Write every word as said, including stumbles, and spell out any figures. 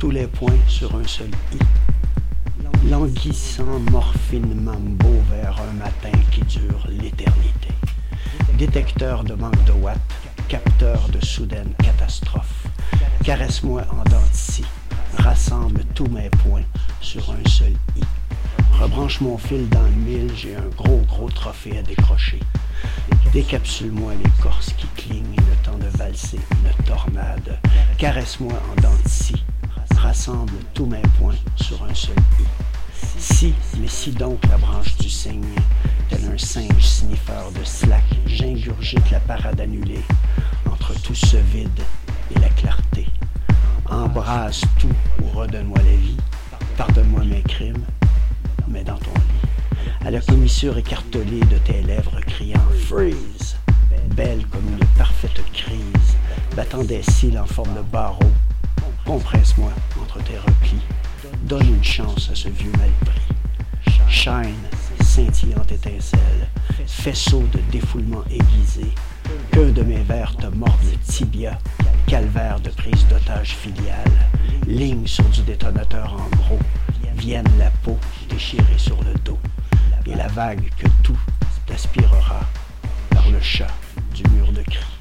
tous les points sur un seul i. Languissant morphine mambo vers un matin qui dure l'éternité. Détecteur de manque de watts, capteur de soudaine catastrophe. Caresse-moi en dents de scie, rassemble tous mes points sur un seul i. Rebranche mon fil dans le mille, j'ai un gros gros trophée à décrocher. Décapsule-moi l'écorce qui cligne, le temps de valser une tornade. Caresse-moi en dents de scie, rassemble tous mes points sur un seul i. Si, mais si donc la branche du cygne, tel un singe sniffeur de slack, j'ingurgite la parade annulée entre tout ce vide et la clarté. Embrasse tout ou redonne-moi la vie, pardonne-moi mes crimes, mais dans ton lit. À la commissure écartelée de tes lèvres criant « Freeze !» belle comme une parfaite crise, battant des cils en forme de barreau, compresse-moi entre tes replis, donne une chance à ce vieux mal pris. Shine, scintillante étincelle, faisceau de défoulement aiguisé, qu'un de mes vers te morde le tibia, calvaire de prise d'otage filiale, ligne sur du détonateur en gros, vienne la peau déchirée sur le dos, et la vague que tout aspirera par le chat du mur de cris.